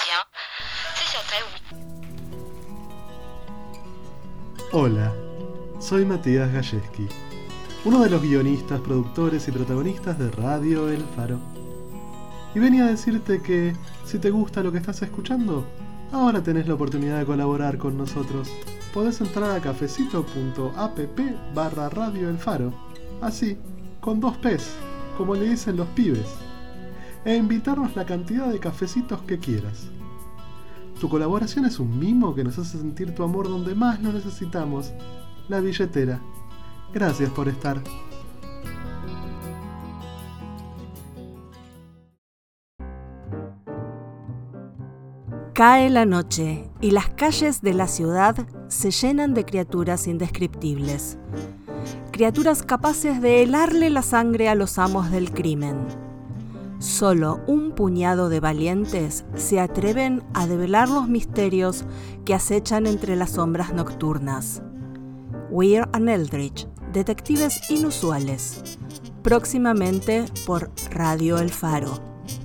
Hola, soy Matías Galleski, uno de los guionistas, productores y protagonistas de Radio El Faro. Y venía a decirte que, si te gusta lo que estás escuchando, ahora tenés la oportunidad de colaborar con nosotros. Podés entrar a cafecito.app/Radio El Faro, así, con 2 P's, como le dicen los pibes, e invitarnos la cantidad de cafecitos que quieras. Tu colaboración es un mimo que nos hace sentir tu amor donde más lo necesitamos, la billetera. Gracias por estar. Cae la noche y las calles de la ciudad se llenan de criaturas indescriptibles. Criaturas capaces de helarle la sangre a los amos del crimen. Solo un puñado de valientes se atreven a develar los misterios que acechan entre las sombras nocturnas. Weir and Eldridge, detectives inusuales. Próximamente por Radio El Faro.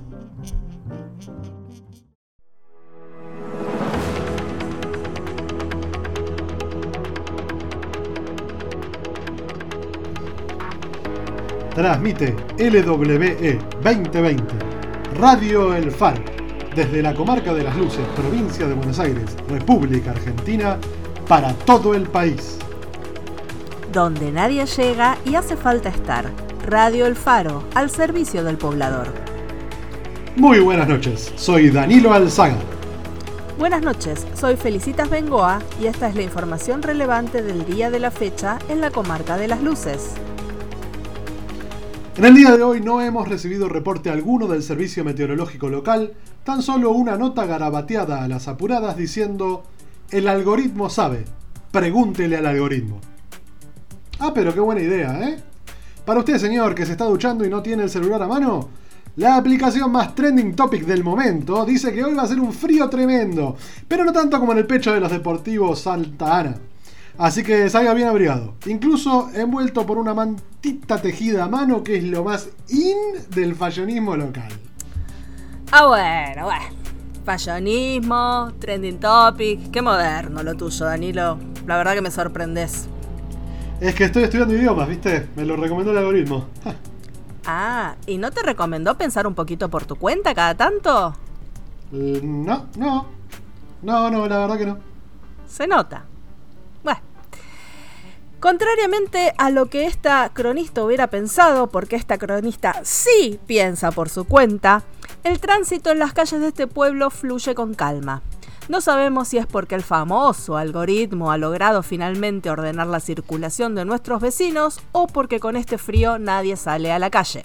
Transmite LWE 2020, Radio El Faro, desde la comarca de Las Luces, provincia de Buenos Aires, República Argentina, para todo el país. Donde nadie llega y hace falta estar. Radio El Faro, al servicio del poblador. Muy buenas noches, soy Danilo Alzaga. Buenas noches, soy Felicitas Bengoa y esta es la información relevante del día de la fecha en la comarca de Las Luces. En el día de hoy no hemos recibido reporte alguno del servicio meteorológico local, tan solo una nota garabateada a las apuradas diciendo: el algoritmo sabe, pregúntele al algoritmo. Ah, pero qué buena idea, ¿eh? Para usted, señor, que se está duchando y no tiene el celular a mano, la aplicación más trending topic del momento dice que hoy va a ser un frío tremendo, pero no tanto como en el pecho de los deportivos Santa Ana. Así que salga bien abrigado, incluso envuelto por una mantita tejida a mano, que es lo más in del fallonismo local. Ah, bueno. Fallonismo, trending topic, qué moderno lo tuyo, Danilo. La verdad que me sorprendés. Es que estoy estudiando idiomas, ¿viste? Me lo recomendó el algoritmo. Ah, ¿y no te recomendó pensar un poquito por tu cuenta cada tanto? No, la verdad que no. Se nota. Bueno, contrariamente a lo que esta cronista hubiera pensado, porque esta cronista sí piensa por su cuenta, el tránsito en las calles de este pueblo fluye con calma. No sabemos si es porque el famoso algoritmo ha logrado finalmente ordenar la circulación de nuestros vecinos o porque con este frío nadie sale a la calle.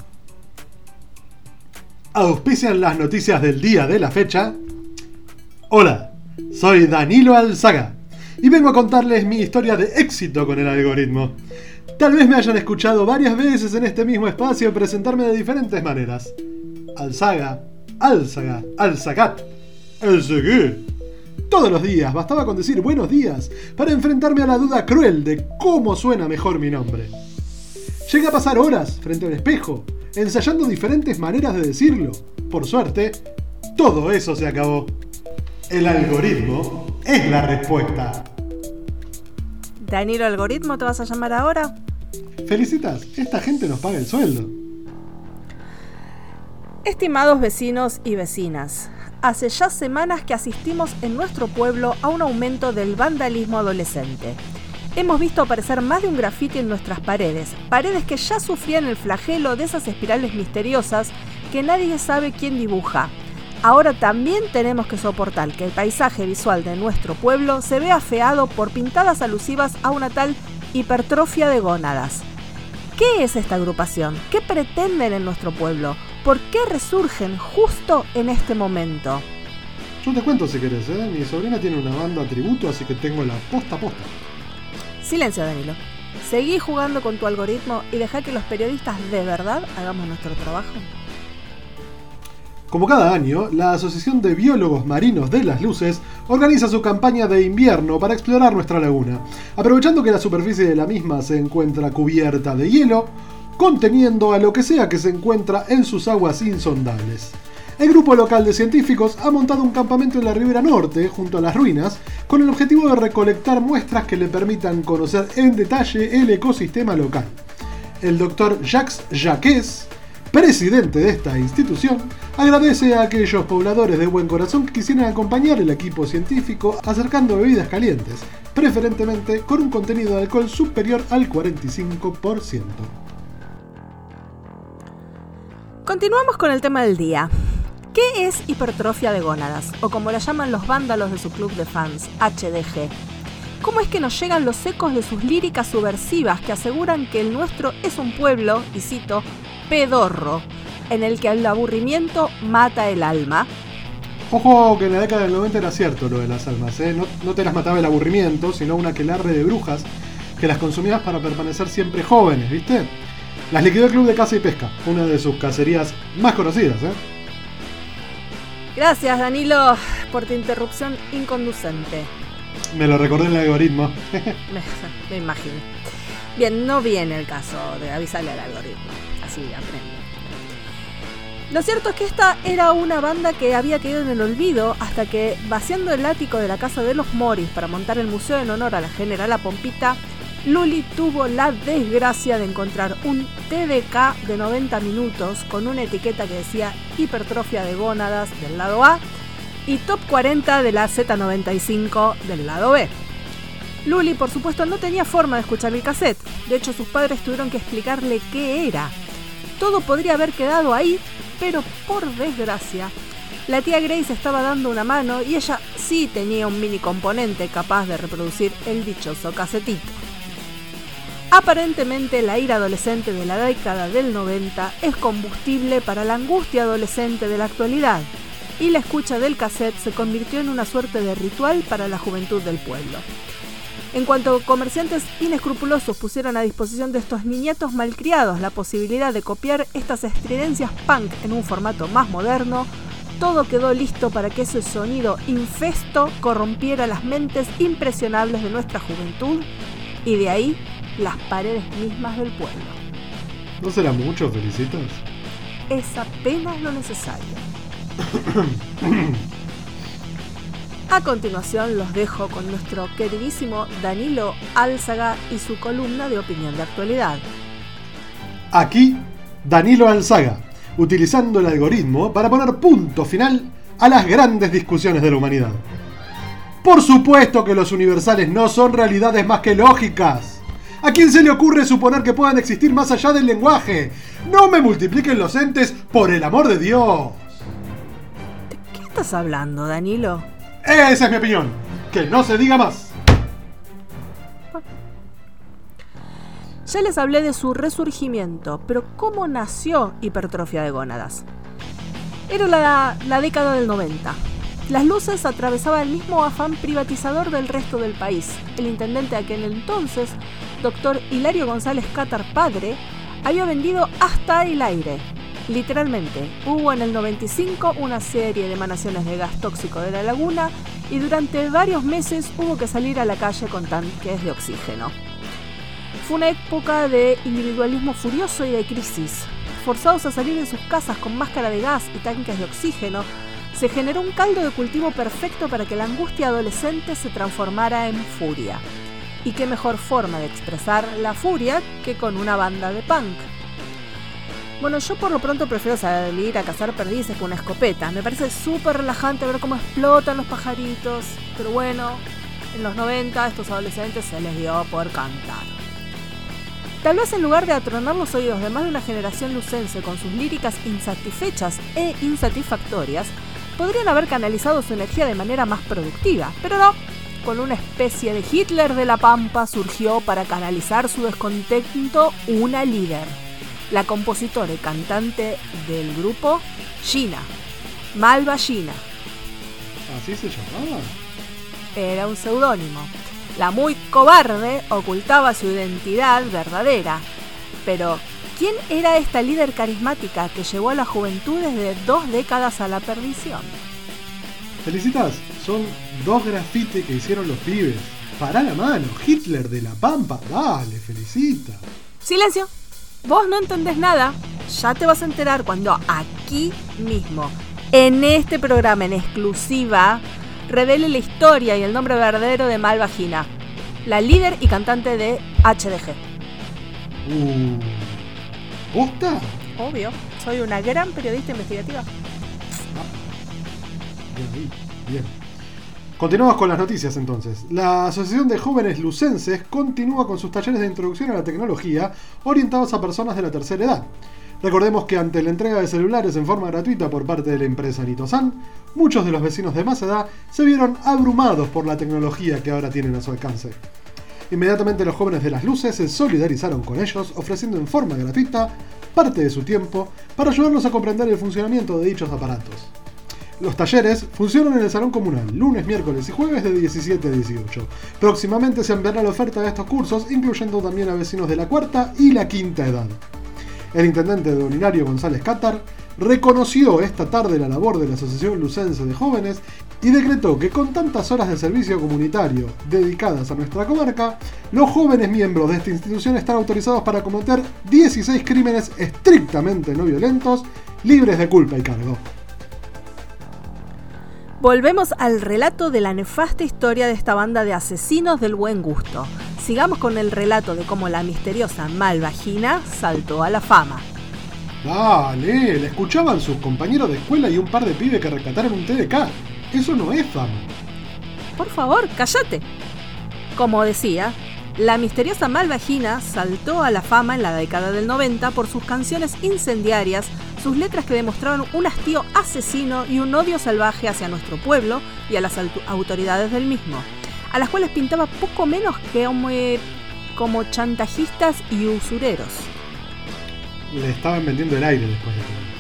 Auspician las noticias del día de la fecha. Hola, soy Danilo Alzaga y vengo a contarles mi historia de éxito con el algoritmo. Tal vez me hayan escuchado varias veces en este mismo espacio presentarme de diferentes maneras. Alzaga, Alzagat, Alzagué. Todos los días bastaba con decir buenos días para enfrentarme a la duda cruel de cómo suena mejor mi nombre. Llegué a pasar horas frente al espejo, ensayando diferentes maneras de decirlo. Por suerte, todo eso se acabó. El algoritmo es la respuesta. Danilo Algoritmo, ¿te vas a llamar ahora? Felicitas, esta gente nos paga el sueldo. Estimados vecinos y vecinas, hace ya semanas que asistimos en nuestro pueblo a un aumento del vandalismo adolescente. Hemos visto aparecer más de un grafiti en nuestras paredes que ya sufrían el flagelo de esas espirales misteriosas que nadie sabe quién dibuja. Ahora también tenemos que soportar que el paisaje visual de nuestro pueblo se vea afeado por pintadas alusivas a una tal hipertrofia de gónadas. ¿Qué es esta agrupación? ¿Qué pretenden en nuestro pueblo? ¿Por qué resurgen justo en este momento? Yo te cuento si querés, ¿eh? Mi sobrina tiene una banda tributo, así que tengo la posta. Silencio, Danilo. Seguí jugando con tu algoritmo y dejá que los periodistas de verdad hagamos nuestro trabajo. Como cada año, la Asociación de Biólogos Marinos de Las Luces organiza su campaña de invierno para explorar nuestra laguna, aprovechando que la superficie de la misma se encuentra cubierta de hielo, conteniendo a lo que sea que se encuentra en sus aguas insondables. El grupo local de científicos ha montado un campamento en la ribera norte, junto a las ruinas, con el objetivo de recolectar muestras que le permitan conocer en detalle el ecosistema local. El Dr. Jacques Jacques, presidente de esta institución, agradece a aquellos pobladores de buen corazón que quisieran acompañar el equipo científico acercando bebidas calientes, preferentemente con un contenido de alcohol superior al 45%. Continuamos con el tema del día. ¿Qué es hipertrofia de gónadas? O como la llaman los vándalos de su club de fans, HDG. ¿Cómo es que nos llegan los ecos de sus líricas subversivas que aseguran que el nuestro es un pueblo, y cito, pedorro, en el que el aburrimiento mata el alma? Ojo que en la década del 90 era cierto lo de las almas, ¿eh? No te las mataba el aburrimiento, sino una aquelarre de brujas que las consumías para permanecer siempre jóvenes, ¿viste? Las liquidó el Club de Caza y Pesca, una de sus cacerías más conocidas, ¿eh? Gracias, Danilo, por tu interrupción inconducente. Me lo recordé en el algoritmo. Me imagino. Bien, no viene el caso de avisarle al algoritmo, así aprende. Lo cierto es que esta era una banda que había caído en el olvido hasta que, vaciando el ático de la casa de los Morris para montar el museo en honor a la generala Pompita, Luli tuvo la desgracia de encontrar un TDK de 90 minutos con una etiqueta que decía hipertrofia de gónadas del lado A y top 40 de la Z95 del lado B. Luli, por supuesto, no tenía forma de escuchar el cassette. De hecho, sus padres tuvieron que explicarle qué era. Todo podría haber quedado ahí, pero por desgracia, la tía Grace estaba dando una mano y ella sí tenía un mini componente capaz de reproducir el dichoso casetito. Aparentemente, la ira adolescente de la década del 90 es combustible para la angustia adolescente de la actualidad, y la escucha del cassette se convirtió en una suerte de ritual para la juventud del pueblo. En cuanto comerciantes inescrupulosos pusieron a disposición de estos niñatos malcriados la posibilidad de copiar estas estridencias punk en un formato más moderno, todo quedó listo para que ese sonido infesto corrompiera las mentes impresionables de nuestra juventud y de ahí las paredes mismas del pueblo. ¿No será mucho, Felicitas? Es apenas lo necesario. A continuación los dejo con nuestro queridísimo Danilo Álzaga y su columna de opinión de actualidad. Aquí, Danilo Álzaga, utilizando el algoritmo para poner punto final a las grandes discusiones de la humanidad. Por supuesto que los universales no son realidades más que lógicas. ¿A quién se le ocurre suponer que puedan existir más allá del lenguaje? ¡No me multipliquen los entes, por el amor de Dios! ¿De qué estás hablando, Danilo? Esa es mi opinión. ¡Que no se diga más! Ya les hablé de su resurgimiento, pero ¿cómo nació Hipertrofia de Gónadas? Era la década del 90. Las luces atravesaban el mismo afán privatizador del resto del país. El intendente de aquel entonces, Dr. Hilario González Cátar padre, había vendido hasta el aire. Literalmente, hubo en el 95 una serie de emanaciones de gas tóxico de la laguna y durante varios meses hubo que salir a la calle con tanques de oxígeno. Fue una época de individualismo furioso y de crisis. Forzados a salir de sus casas con máscara de gas y tanques de oxígeno, se generó un caldo de cultivo perfecto para que la angustia adolescente se transformara en furia. Y qué mejor forma de expresar la furia que con una banda de punk. Bueno, yo por lo pronto prefiero salir a cazar perdices con una escopeta. Me parece súper relajante ver cómo explotan los pajaritos. Pero bueno, en los 90 a estos adolescentes se les dio por cantar. Tal vez en lugar de atronar los oídos de más de una generación lucense con sus líricas insatisfechas e insatisfactorias, podrían haber canalizado su energía de manera más productiva, pero no. Con una especie de Hitler de la Pampa surgió para canalizar su descontento una líder, la compositora y cantante del grupo Gina, Malva Gina. ¿Así se llamaba? Era un seudónimo. La muy cobarde ocultaba su identidad verdadera. Pero, ¿quién era esta líder carismática que llevó a las juventudes de 2 décadas a la perdición? Felicitas, son 2 grafitis que hicieron los pibes. Pará la mano, Hitler de la Pampa. Dale, Felicita. ¡Silencio! Vos no entendés nada. Ya te vas a enterar cuando aquí mismo, En este programa en exclusiva, revele la historia y el nombre verdadero de Malvagina, la líder y cantante de HDG. ¿Posta? Obvio, soy una gran periodista investigativa. Bien. Continuamos con las noticias entonces. La Asociación de Jóvenes Lucenses continúa con sus talleres de introducción a la tecnología orientados a personas de la tercera edad. Recordemos que ante la entrega de celulares en forma gratuita por parte de la empresa Nitosan, muchos de los vecinos de más edad se vieron abrumados por la tecnología que ahora tienen a su alcance. Inmediatamente los jóvenes de las luces se solidarizaron con ellos, ofreciendo en forma gratuita parte de su tiempo para ayudarlos a comprender el funcionamiento de dichos aparatos. Los talleres funcionan en el Salón Comunal, lunes, miércoles y jueves de 17 a 18. Próximamente se ampliará la oferta de estos cursos, incluyendo también a vecinos de la cuarta y la quinta edad. El intendente Don Hilario González Cátar reconoció esta tarde la labor de la Asociación Lucense de Jóvenes y decretó que con tantas horas de servicio comunitario dedicadas a nuestra comarca, los jóvenes miembros de esta institución están autorizados para cometer 16 crímenes estrictamente no violentos, libres de culpa y cargo. Volvemos al relato de la nefasta historia de esta banda de asesinos del buen gusto. Sigamos con el relato de cómo la misteriosa Malvagina saltó a la fama. Dale, la escuchaban sus compañeros de escuela y un par de pibes que rescataron un TDK. Eso no es fama. Por favor, cállate. Como decía, la misteriosa Malvagina saltó a la fama en la década del 90 por sus canciones incendiarias, sus letras que demostraban un hastío asesino y un odio salvaje hacia nuestro pueblo y a las autoridades del mismo, a las cuales pintaba poco menos que como chantajistas y usureros. Le estaban vendiendo el aire después de todo.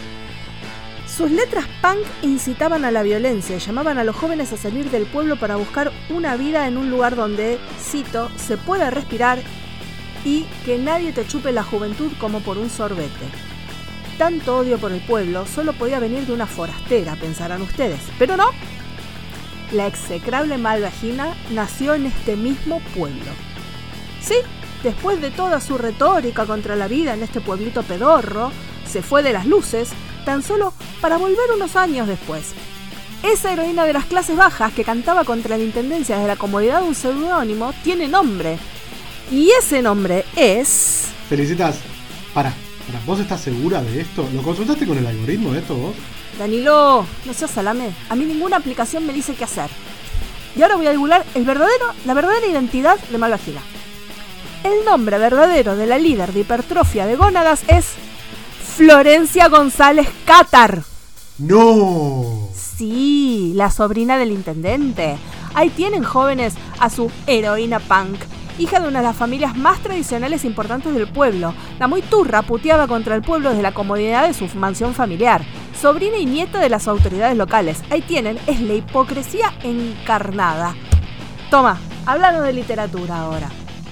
Sus letras punk incitaban a la violencia y llamaban a los jóvenes a salir del pueblo para buscar una vida en un lugar donde, cito, se pueda respirar y que nadie te chupe la juventud como por un sorbete. Tanto odio por el pueblo solo podía venir de una forastera, pensarán ustedes, pero no. La execrable Malvagina nació en este mismo pueblo. Sí, después de toda su retórica contra la vida en este pueblito pedorro, se fue de las luces, tan solo para volver unos años después. Esa heroína de las clases bajas que cantaba contra la intendencia desde la comodidad de un seudónimo tiene nombre. Y ese nombre es... Felicitas. Para, ¿vos estás segura de esto? ¿Lo consultaste con el algoritmo de esto vos? Danilo, no seas salame. A mí ninguna aplicación me dice qué hacer. Y ahora voy a divulgar la verdadera identidad de Malvagina. El nombre verdadero de la líder de hipertrofia de gónadas es Florencia González Cátar. ¡No! Sí, la sobrina del intendente. Ahí tienen, jóvenes, a su heroína punk, hija de una de las familias más tradicionales e importantes del pueblo. La muy turra puteaba contra el pueblo desde la comodidad de su mansión familiar. Sobrina y nieta de las autoridades locales. Ahí tienen, es la hipocresía encarnada. Toma, háblanos de literatura ahora.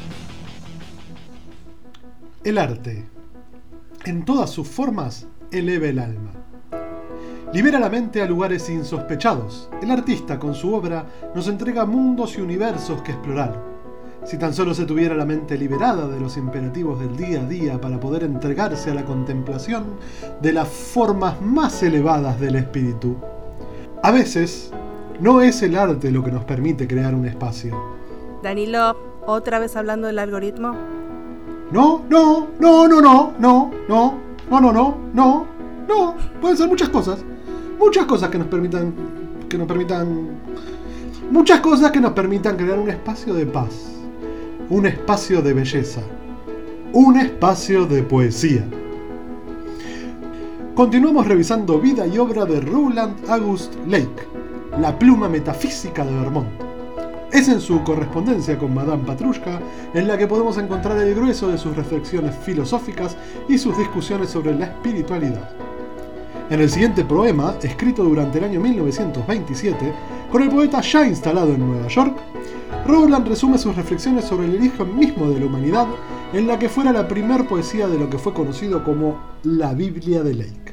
El arte, en todas sus formas, eleva el alma. Libera la mente a lugares insospechados. El artista, con su obra, nos entrega mundos y universos que explorar. Si tan solo se tuviera la mente liberada de los imperativos del día a día para poder entregarse a la contemplación de las formas más elevadas del espíritu. A veces, no es el arte lo que nos permite crear un espacio. Danilo, ¿otra vez hablando del algoritmo? No. Pueden ser muchas cosas. Muchas cosas que nos permitan crear un espacio de paz. Un espacio de belleza. Un espacio de poesía. Continuamos revisando vida y obra de Rowland August Lake, la pluma metafísica de Vermont. Es en su correspondencia con Madame Petrushka en la que podemos encontrar el grueso de sus reflexiones filosóficas y sus discusiones sobre la espiritualidad. En el siguiente poema, escrito durante el año 1927, con el poeta ya instalado en Nueva York, Rowland resume sus reflexiones sobre el origen mismo de la humanidad en la que fuera la primer poesía de lo que fue conocido como la Biblia de Lake.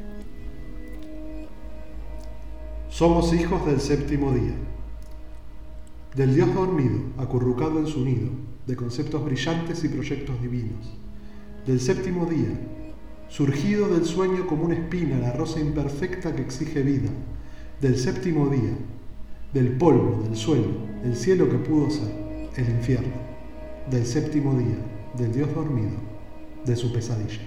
Somos hijos del séptimo día. Del Dios dormido, acurrucado en su nido, de conceptos brillantes y proyectos divinos. Del séptimo día, surgido del sueño como una espina, la rosa imperfecta que exige vida, del séptimo día, del polvo, del suelo, el cielo que pudo ser, el infierno, del séptimo día, del Dios dormido, de su pesadilla.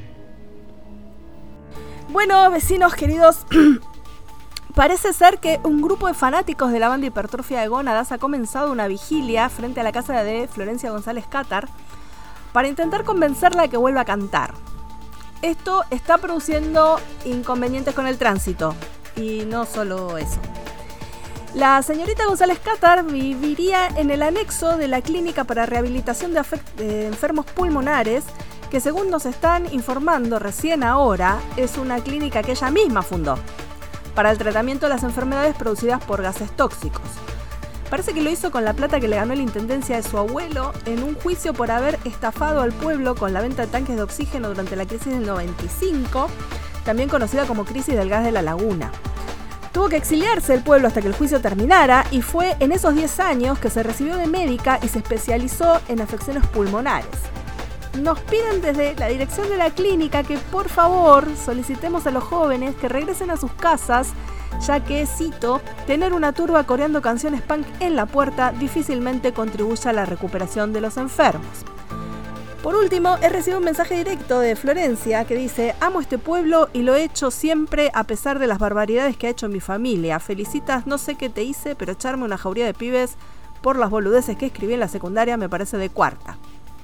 Bueno, vecinos queridos, parece ser que un grupo de fanáticos de la banda Hipertrofia de Gónadas ha comenzado una vigilia frente a la casa de Florencia González Cátar para intentar convencerla de que vuelva a cantar. Esto está produciendo inconvenientes con el tránsito, y no solo eso. La señorita González Cátar viviría en el anexo de la Clínica para Rehabilitación de Enfermos Pulmonares, que según nos están informando recién ahora, es una clínica que ella misma fundó para el tratamiento de las enfermedades producidas por gases tóxicos. Parece que lo hizo con la plata que le ganó la intendencia de su abuelo en un juicio por haber estafado al pueblo con la venta de tanques de oxígeno durante la crisis del 95, también conocida como crisis del gas de la laguna. Tuvo que exiliarse del pueblo hasta que el juicio terminara y fue en esos 10 años que se recibió de médica y se especializó en afecciones pulmonares. Nos piden desde la dirección de la clínica que por favor solicitemos a los jóvenes que regresen a sus casas, ya que, cito, tener una turba coreando canciones punk en la puerta difícilmente contribuye a la recuperación de los enfermos. Por último, he recibido un mensaje directo de Florencia que dice: amo este pueblo y lo he hecho siempre a pesar de las barbaridades que ha hecho mi familia. Felicitas, no sé qué te hice, pero echarme una jauría de pibes por las boludeces que escribí en la secundaria me parece de cuarta.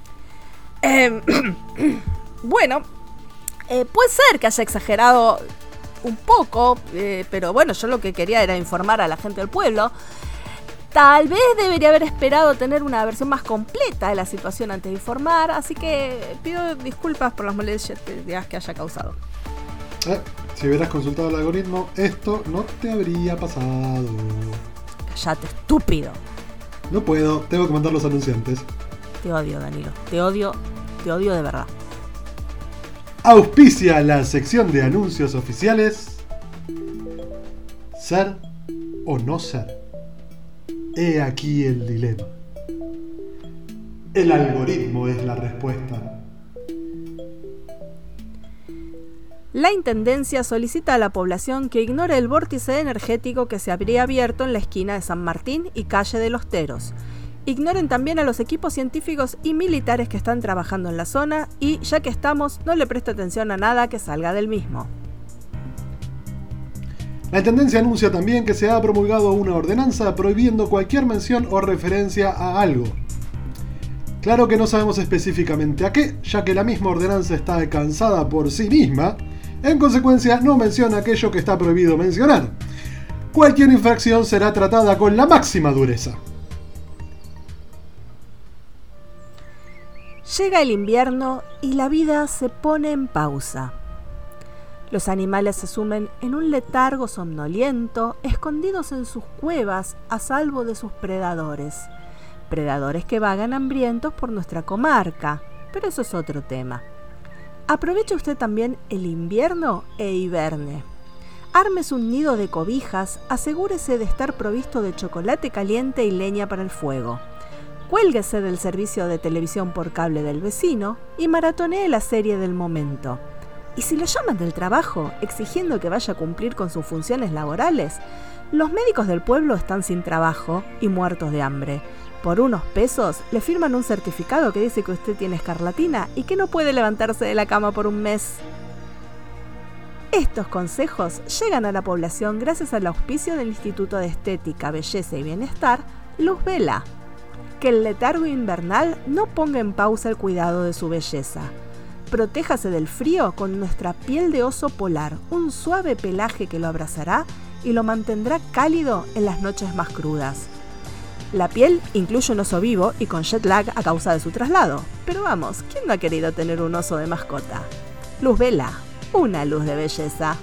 Bueno, puede ser que haya exagerado un poco, pero bueno, yo lo que quería era informar a la gente del pueblo. Tal vez debería haber esperado tener una versión más completa de la situación antes de informar, así que pido disculpas por las molestias que haya causado. Si hubieras consultado el algoritmo, esto no te habría pasado. Cállate, estúpido. No puedo, tengo que mandar los anunciantes. Te odio, Danilo, te odio de verdad. Auspicia la sección de anuncios oficiales. ¿Ser o no ser? He aquí el dilema. El algoritmo es la respuesta. La Intendencia solicita a la población que ignore el vórtice energético que se habría abierto en la esquina de San Martín y calle de los Teros. Ignoren también a los equipos científicos y militares que están trabajando en la zona y, ya que estamos, no le preste atención a nada que salga del mismo. La Intendencia anuncia también que se ha promulgado una ordenanza prohibiendo cualquier mención o referencia a algo. Claro que no sabemos específicamente a qué, ya que la misma ordenanza está alcanzada por sí misma, en consecuencia no menciona aquello que está prohibido mencionar. Cualquier infracción será tratada con la máxima dureza. Llega el invierno y la vida se pone en pausa. Los animales se sumen en un letargo somnoliento, escondidos en sus cuevas a salvo de sus predadores. Predadores que vagan hambrientos por nuestra comarca, pero eso es otro tema. Aproveche usted también el invierno e hiberne. Ármese un nido de cobijas, asegúrese de estar provisto de chocolate caliente y leña para el fuego. Cuélguese del servicio de televisión por cable del vecino y maratonee la serie del momento. Y si lo llaman del trabajo exigiendo que vaya a cumplir con sus funciones laborales, los médicos del pueblo están sin trabajo y muertos de hambre. Por unos pesos le firman un certificado que dice que usted tiene escarlatina y que no puede levantarse de la cama por un mes. Estos consejos llegan a la población gracias al auspicio del Instituto de Estética, Belleza y Bienestar, Luz Vela. Que el letargo invernal no ponga en pausa el cuidado de su belleza. Protéjase del frío con nuestra piel de oso polar, un suave pelaje que lo abrazará y lo mantendrá cálido en las noches más crudas. La piel incluye un oso vivo y con jet lag a causa de su traslado. Pero vamos, ¿quién no ha querido tener un oso de mascota? Luz Vela, una luz de belleza.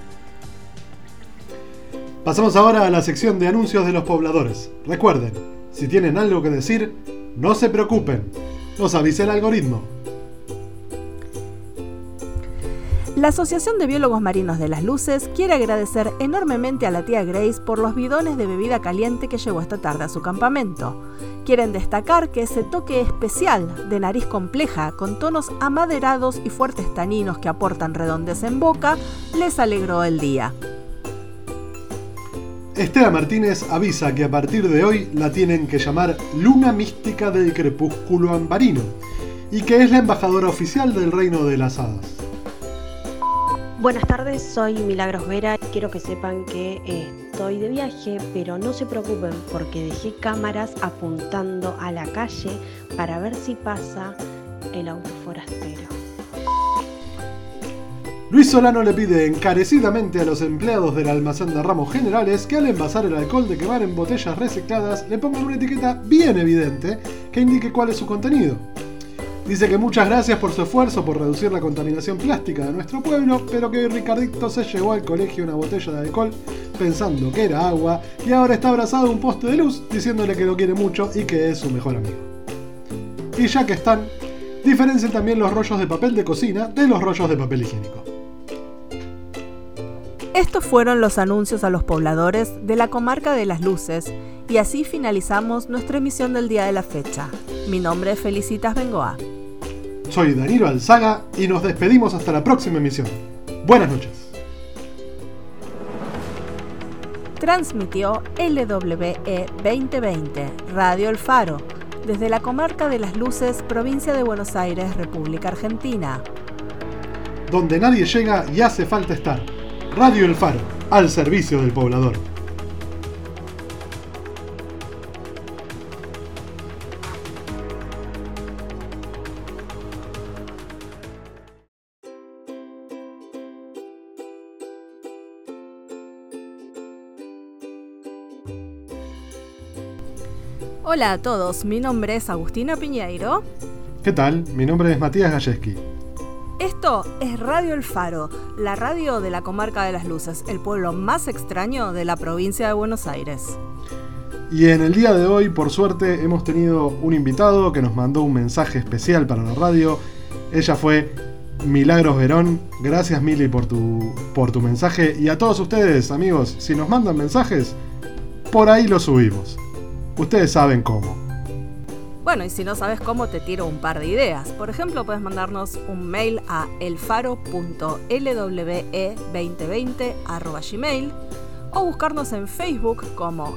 Pasamos ahora a la sección de anuncios de los pobladores. Recuerden, si tienen algo que decir, no se preocupen, los avisa el algoritmo. La Asociación de Biólogos Marinos de Las Luces quiere agradecer enormemente a la tía Grace por los bidones de bebida caliente que llevó esta tarde a su campamento. Quieren destacar que ese toque especial de nariz compleja con tonos amaderados y fuertes taninos que aportan redondez en boca les alegró el día. Estela Martínez avisa que a partir de hoy la tienen que llamar Luna Mística del Crepúsculo Ambarino y que es la embajadora oficial del Reino de las Hadas. Buenas tardes, soy Milagros Vera. Quiero que sepan que estoy de viaje, pero no se preocupen porque dejé cámaras apuntando a la calle para ver si pasa el auto forastero. Luis Solano le pide encarecidamente a los empleados del almacén de ramos generales que al envasar el alcohol de quemar en botellas recicladas le pongan una etiqueta bien evidente que indique cuál es su contenido. Dice que muchas gracias por su esfuerzo por reducir la contaminación plástica de nuestro pueblo, pero que Ricardito se llevó al colegio una botella de alcohol pensando que era agua y ahora está abrazado a un poste de luz diciéndole que lo quiere mucho y que es su mejor amigo. Y ya que están, diferencien también los rollos de papel de cocina de los rollos de papel higiénico. Estos fueron los anuncios a los pobladores de la comarca de Las Luces y así finalizamos nuestra emisión del día de la fecha. Mi nombre es Felicitas Bengoa. Soy Danilo Alzaga y nos despedimos hasta la próxima emisión. Buenas noches. Transmitió LWE 2020, Radio El Faro, desde la comarca de Las Luces, provincia de Buenos Aires, República Argentina. Donde nadie llega y hace falta estar. Radio El Faro, al servicio del poblador. Hola a todos, mi nombre es Agustina Piñeiro. ¿Qué tal? Mi nombre es Matías Galleski. Esto es Radio El Faro, la radio de la comarca de Las Luces, el pueblo más extraño de la provincia de Buenos Aires. Y en el día de hoy, por suerte, hemos tenido un invitado que nos mandó un mensaje especial para la radio. Ella fue Milagros Verón. Gracias, Mili, por tu mensaje. Y a todos ustedes, amigos, si nos mandan mensajes, por ahí los subimos. Ustedes saben cómo. Bueno, y si no sabes cómo, te tiro un par de ideas. Por ejemplo, puedes mandarnos un mail a elfaro.lwe2020@gmail o buscarnos en Facebook como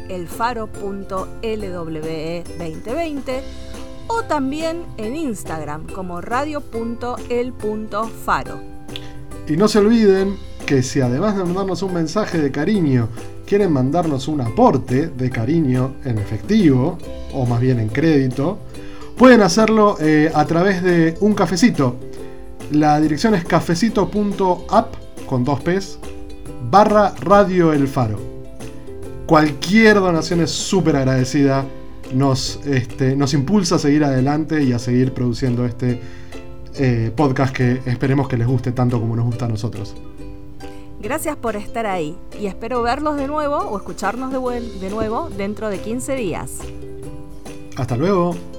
elfaro.lwe2020 o también en Instagram como radio.el.faro. Y no se olviden que si además de mandarnos un mensaje de cariño, quieren mandarnos un aporte de cariño en efectivo, o más bien en crédito, pueden hacerlo a través de un cafecito. La dirección es cafecito.app con 2 P's /Radio El Faro. Cualquier donación es súper agradecida, nos impulsa a seguir adelante y a seguir produciendo este podcast que esperemos que les guste tanto como nos gusta a nosotros. Gracias por estar ahí y espero verlos de nuevo o escucharnos de nuevo dentro de 15 días. Hasta luego.